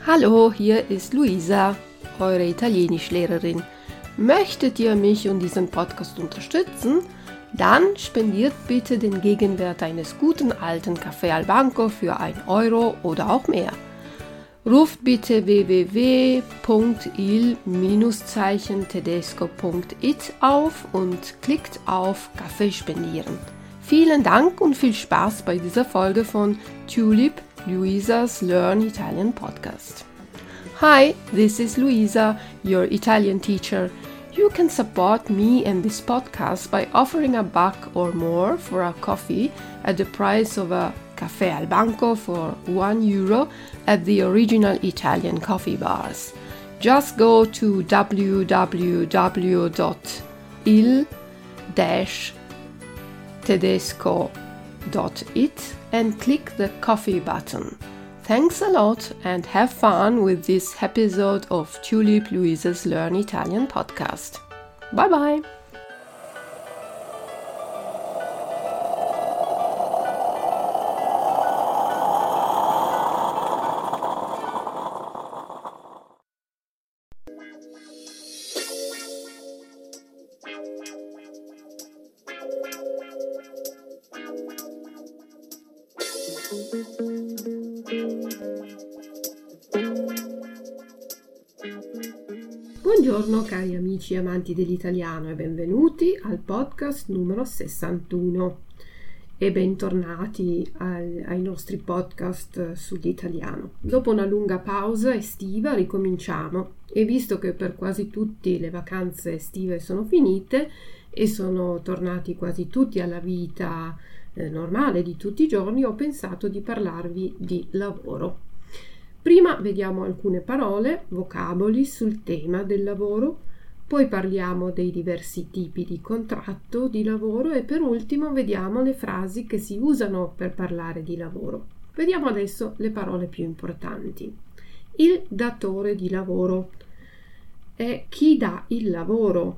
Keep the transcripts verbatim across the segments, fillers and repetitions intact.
Hallo, hier ist Luisa, eure Italienischlehrerin. Möchtet ihr mich und diesen Podcast unterstützen? Dann spendiert bitte den Gegenwert eines guten alten Café al Banco für ein Euro oder auch mehr. Ruft bitte w w w punkt il tedesco punkt it auf und klickt auf Kaffee spendieren. Vielen Dank und viel Spaß bei dieser Folge von Tulip, Luisa's Learn Italian podcast. Hi, this is Luisa, your Italian teacher. You can support me and this podcast by offering a buck or more for a coffee at the price of a Café al Banco for one euro at the original Italian coffee bars. Just go to w w w dot il tedesco dot it and click the coffee button. Thanks a lot and have fun with this episode of Tulip Luisa's Learn Italian podcast. Bye bye! Buongiorno cari amici e amanti dell'italiano e benvenuti al podcast numero sessantuno e bentornati al, ai nostri podcast sull'italiano. Dopo una lunga pausa estiva ricominciamo e visto che per quasi tutti le vacanze estive sono finite e sono tornati quasi tutti alla vita eh, normale di tutti i giorni, ho pensato di parlarvi di lavoro. Prima vediamo alcune parole, vocaboli sul tema del lavoro, poi parliamo dei diversi tipi di contratto di lavoro e per ultimo vediamo le frasi che si usano per parlare di lavoro. Vediamo adesso le parole più importanti. Il datore di lavoro è chi dà il lavoro,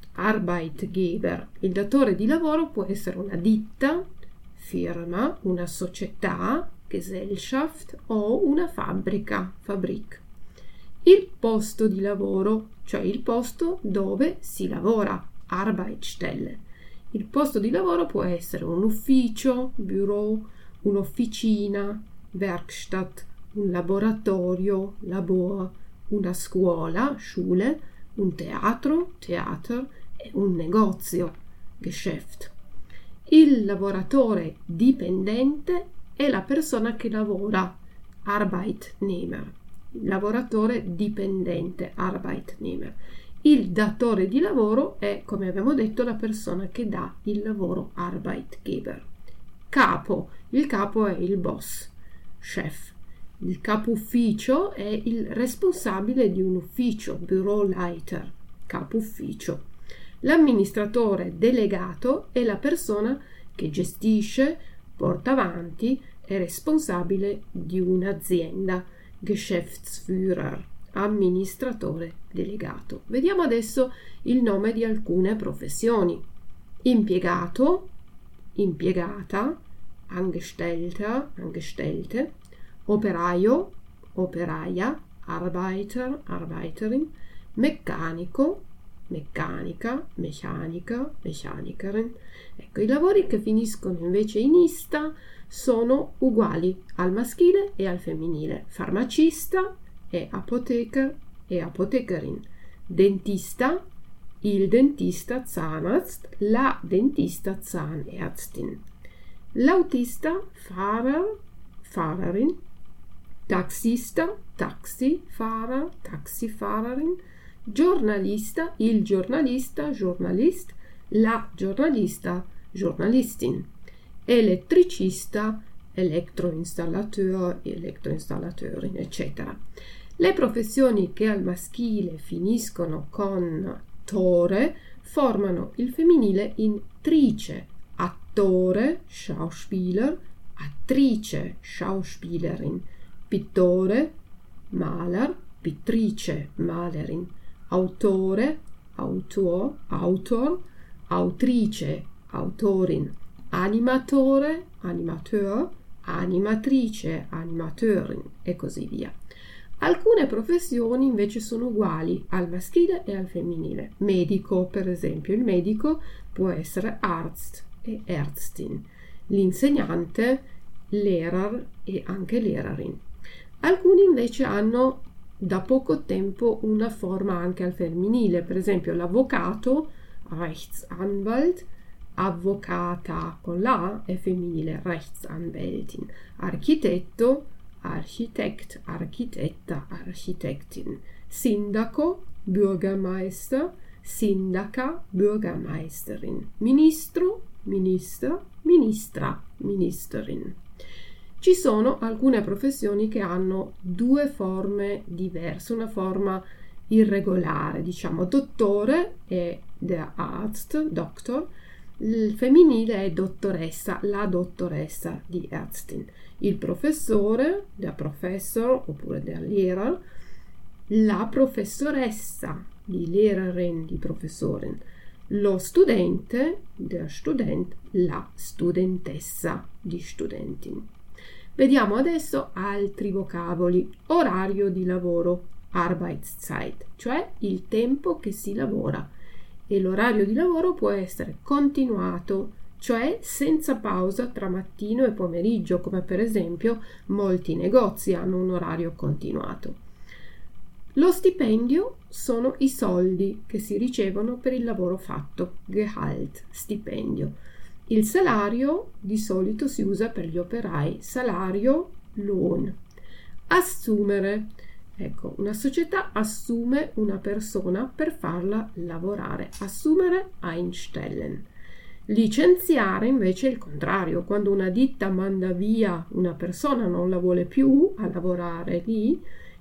Arbeitgeber. Il datore di lavoro può essere una ditta, firma, una società, Gesellschaft o una fabbrica, Fabrik. Il posto di lavoro, cioè il posto dove si lavora, Arbeitsstelle. Il posto di lavoro può essere un ufficio, Büro, un'officina, Werkstatt, un laboratorio, Labor, una scuola, Schule, un teatro, Theater e un negozio, Geschäft. Il lavoratore dipendente è la persona che lavora, Arbeitnehmer, il lavoratore dipendente, Arbeitnehmer. Il datore di lavoro è, come abbiamo detto, la persona che dà il lavoro, Arbeitgeber. Capo, il capo è il boss, Chef. Il capo ufficio è il responsabile di un ufficio, Büroleiter, capo ufficio. L'amministratore delegato è la persona che gestisce, porta avanti, è responsabile di un'azienda, Geschäftsführer, amministratore delegato. Vediamo adesso il nome di alcune professioni. Impiegato, impiegata, Angestellter, Angestellte, operaio, operaia, Arbeiter, Arbeiterin, meccanico, meccanica, meccanica, meccanikerin. Ecco, i lavori che finiscono invece in ista sono uguali al maschile e al femminile. Farmacista e apotheker e apothekerin. Dentista, il dentista Zahnarzt, la dentista Zahnärztin. L'autista, Fahrer, Fahrerin. Taxista, Taxifahrer, Taxifahrerin. Giornalista, il giornalista, Journalist, la giornalista, Journalistin. Elettricista, Elektroinstallateur, Elektroinstallateurin, eccetera. Le professioni che al maschile finiscono con tore formano il femminile in trice, attore, Schauspieler, attrice, Schauspielerin, pittore, Maler, pittrice, Malerin, autore, autor, autor, autrice, autorin, animatore, animateur, animatrice, animateurin e così via. Alcune professioni invece sono uguali al maschile e al femminile. Medico, per esempio, il medico può essere Arzt e Ärztin, l'insegnante Lehrer e anche Lehrerin. Alcuni invece hanno da poco tempo una forma anche al femminile, per esempio l'avvocato, Rechtsanwalt, avvocata con la è femminile, Rechtsanwältin, architetto, Architekt, architetta, architektin, sindaco, Bürgermeister, sindaca, Bürgermeisterin, ministro, minister, ministra, ministerin. Ci sono alcune professioni che hanno due forme diverse, una forma irregolare, diciamo dottore è der Arzt, doctor, il femminile è dottoressa, la dottoressa di Ärztin, il professore, der Professor oppure der Lehrer, la professoressa, di Lehrerin, di Professorin, lo studente, der Student, la studentessa, di Studentin. Vediamo adesso altri vocaboli. Orario di lavoro, Arbeitszeit, cioè il tempo che si lavora. E l'orario di lavoro può essere continuato, cioè senza pausa tra mattino e pomeriggio, come per esempio molti negozi hanno un orario continuato. Lo stipendio sono i soldi che si ricevono per il lavoro fatto, Gehalt, stipendio. Il salario di solito si usa per gli operai, salario, Lohn. Assumere. Ecco, una società assume una persona per farla lavorare. Assumere, einstellen. Licenziare invece è il contrario. Quando una ditta manda via una persona, non la vuole più a lavorare lì,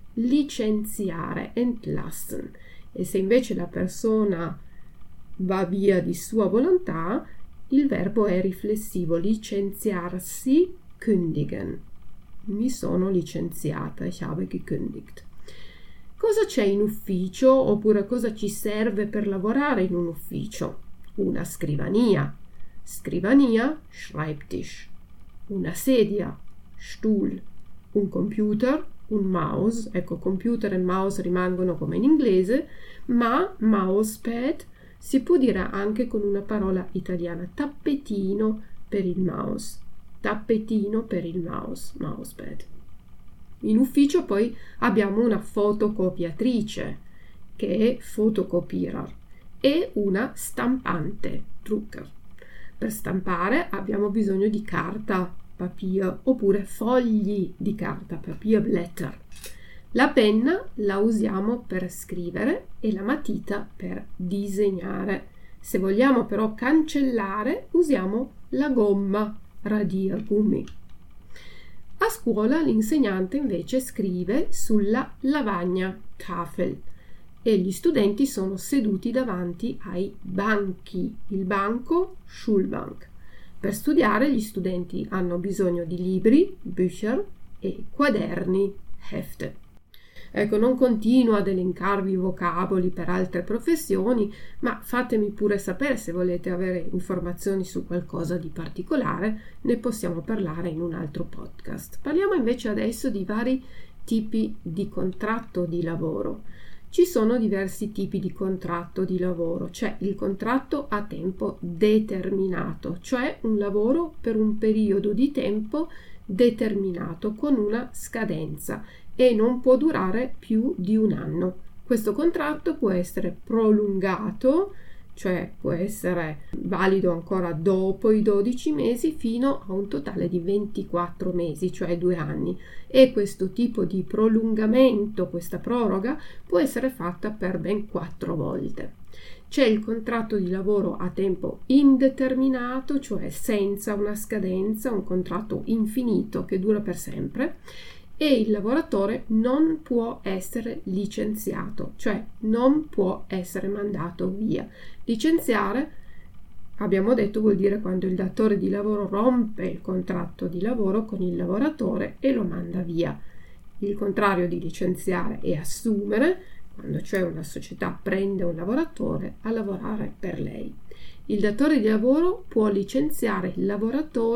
licenziare, entlassen. E se invece la persona va via di sua volontà, il verbo è riflessivo, licenziarsi, kündigen. Mi sono licenziata, ich habe gekündigt. Cosa c'è in ufficio oppure cosa ci serve per lavorare in un ufficio? Una scrivania, scrivania, Schreibtisch, una sedia, Stuhl, un computer, un mouse, ecco computer e mouse rimangono come in inglese, ma mousepad si può dire anche con una parola italiana, tappetino per il mouse, tappetino per il mouse, mousepad. In ufficio poi abbiamo una fotocopiatrice che è fotocopierer e una stampante, Drucker. Per stampare abbiamo bisogno di carta, papier, oppure fogli di carta, Papierblätter. La penna la usiamo per scrivere e la matita per disegnare. Se vogliamo però cancellare, usiamo la gomma, Radiergummi. A scuola l'insegnante invece scrive sulla lavagna, Tafel, e gli studenti sono seduti davanti ai banchi, il banco, Schulbank. Per studiare gli studenti hanno bisogno di libri, Bücher, e quaderni, Hefte. Ecco, non continuo ad elencarvi i vocaboli per altre professioni, ma fatemi pure sapere se volete avere informazioni su qualcosa di particolare, ne possiamo parlare in un altro podcast. Parliamo invece adesso di vari tipi di contratto di lavoro. Ci sono diversi tipi di contratto di lavoro, c'è il contratto a tempo determinato, cioè un lavoro per un periodo di tempo determinato con una scadenza e non può durare più di un anno. Questo contratto può essere prolungato, cioè può essere valido ancora dopo i dodici mesi fino a un totale di ventiquattro mesi, cioè due anni. E questo tipo di prolungamento, questa proroga, può essere fatta per ben quattro volte. C'è il contratto di lavoro a tempo indeterminato, cioè senza una scadenza, un contratto infinito che dura per sempre, e il lavoratore non può essere licenziato, cioè non può essere mandato via. Licenziare, abbiamo detto, vuol dire quando il datore di lavoro rompe il contratto di lavoro con il lavoratore e lo manda via. Il contrario di licenziare è assumere, quando cioè una società prende un lavoratore a lavorare per lei. Il datore di lavoro può licenziare il lavoratore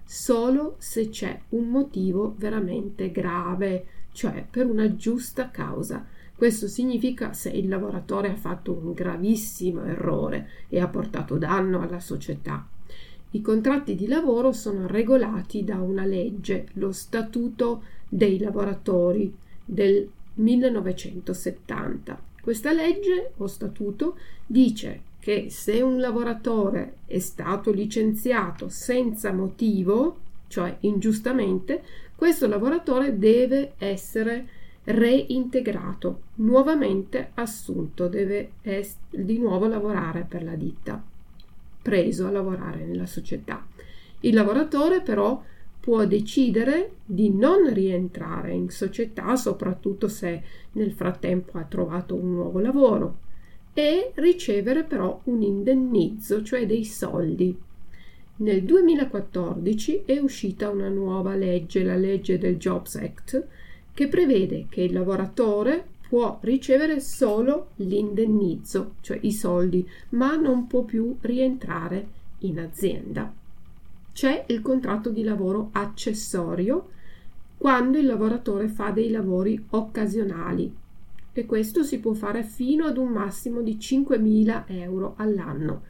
solo se c'è un motivo veramente grave, cioè per una giusta causa. Questo significa se il lavoratore ha fatto un gravissimo errore e ha portato danno alla società. I contratti di lavoro sono regolati da una legge, lo Statuto dei lavoratori del millenovecentosettanta. Questa legge o statuto dice che se un lavoratore è stato licenziato senza motivo, cioè ingiustamente, questo lavoratore deve essere reintegrato, nuovamente assunto, deve es- di nuovo lavorare per la ditta, preso a lavorare nella società. Il lavoratore però può decidere di non rientrare in società, soprattutto se nel frattempo ha trovato un nuovo lavoro, e ricevere però un indennizzo, cioè dei soldi. Nel duemilaquattordici è uscita una nuova legge, la legge del Jobs Act, che prevede che il lavoratore può ricevere solo l'indennizzo, cioè i soldi, ma non può più rientrare in azienda. C'è il contratto di lavoro accessorio quando il lavoratore fa dei lavori occasionali e questo si può fare fino ad un massimo di cinquemila euro all'anno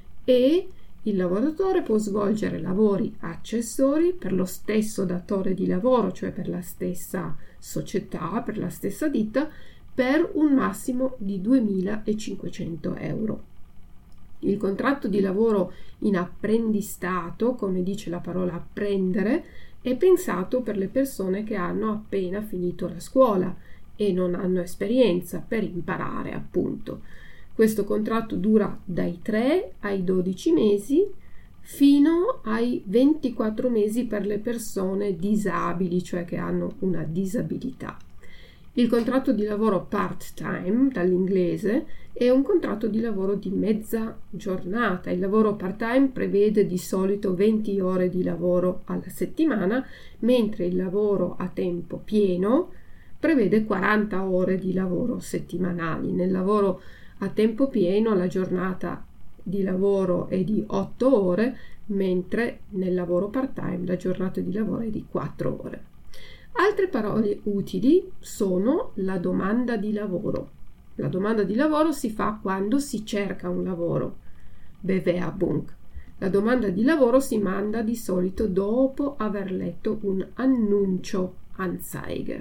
e il lavoratore può svolgere lavori accessori per lo stesso datore di lavoro, cioè per la stessa società, per la stessa ditta, per un massimo di duemilacinquecento euro. Il contratto di lavoro in apprendistato, come dice la parola apprendere, è pensato per le persone che hanno appena finito la scuola e non hanno esperienza, per imparare appunto. Questo contratto dura dai tre ai dodici mesi fino ai ventiquattro mesi per le persone disabili, cioè che hanno una disabilità. Il contratto di lavoro part-time, dall'inglese, è un contratto di lavoro di mezza giornata. Il lavoro part-time prevede di solito venti ore di lavoro alla settimana, mentre il lavoro a tempo pieno prevede quaranta ore di lavoro settimanali. Nel lavoro a tempo pieno la giornata di lavoro è di otto ore, mentre nel lavoro part-time la giornata di lavoro è di quattro ore. Altre parole utili sono la domanda di lavoro. La domanda di lavoro si fa quando si cerca un lavoro. Bewerbung. La domanda di lavoro si manda di solito dopo aver letto un annuncio, Anzeige.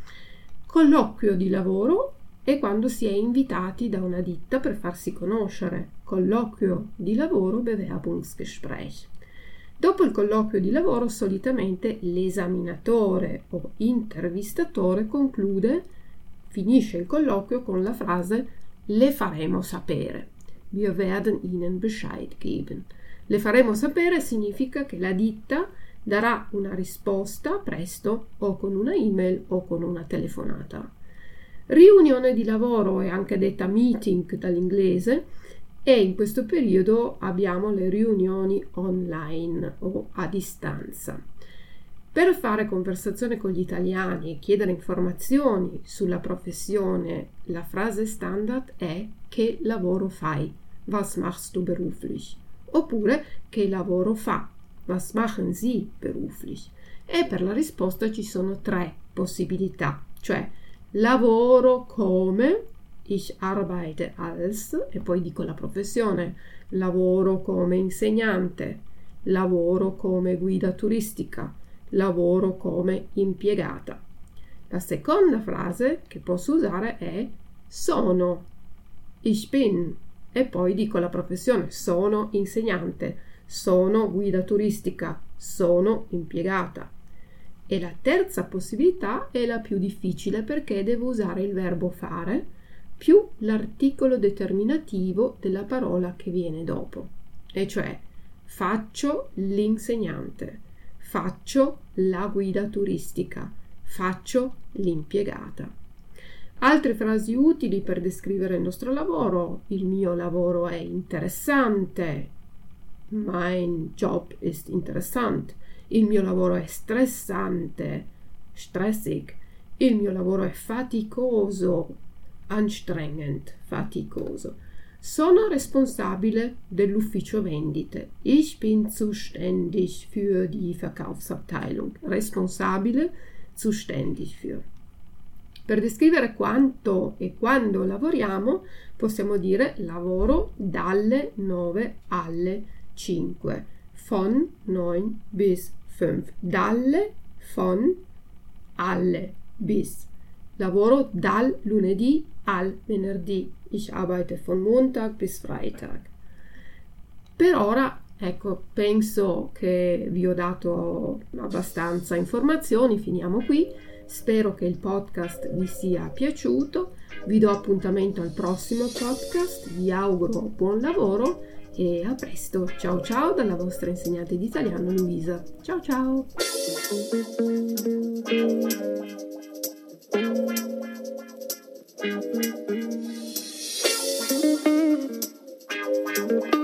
Colloquio di lavoro è quando si è invitati da una ditta per farsi conoscere. Colloquio di lavoro, Bewerbungsgespräch. Dopo il colloquio di lavoro solitamente l'esaminatore o intervistatore conclude, finisce il colloquio con la frase "Le faremo sapere". Wir werden Ihnen Bescheid geben. Le faremo sapere significa che la ditta darà una risposta presto o con una email o con una telefonata. Riunione di lavoro è anche detta meeting dall'inglese e in questo periodo abbiamo le riunioni online o a distanza. Per fare conversazione con gli italiani e chiedere informazioni sulla professione, la frase standard è "Che lavoro fai? Was machst du beruflich?" Oppure "Che lavoro fa? Was machen Sie beruflich?" E per la risposta ci sono tre possibilità, cioè lavoro come, ich arbeite als, e poi dico la professione, lavoro come insegnante, lavoro come guida turistica, lavoro come impiegata. La seconda frase che posso usare è sono, ich bin, e poi dico la professione, sono insegnante, sono guida turistica, sono impiegata. E la terza possibilità è la più difficile perché devo usare il verbo fare più l'articolo determinativo della parola che viene dopo, e cioè faccio l'insegnante, faccio la guida turistica, faccio l'impiegata. Altre frasi utili per descrivere il nostro lavoro: il mio lavoro è interessante, mein Job ist interessant, il mio lavoro è stressante, stressig, il mio lavoro è faticoso, anstrengend, faticoso. Sono responsabile dell'ufficio vendite. Ich bin zuständig für die Verkaufsabteilung. Responsabile, zuständig für. Per descrivere quanto e quando lavoriamo, possiamo dire lavoro dalle nove alle cinque. Von neun bis fünf. Dalle, von, alle, bis. Lavoro dal lunedì al venerdì. Ich arbeite von Montag bis Freitag. Per ora, ecco, penso che vi ho dato abbastanza informazioni, finiamo qui. Spero che il podcast vi sia piaciuto. Vi do appuntamento al prossimo podcast. Vi auguro buon lavoro e a presto. Ciao ciao dalla vostra insegnante di italiano Luisa. Ciao ciao! Thank you.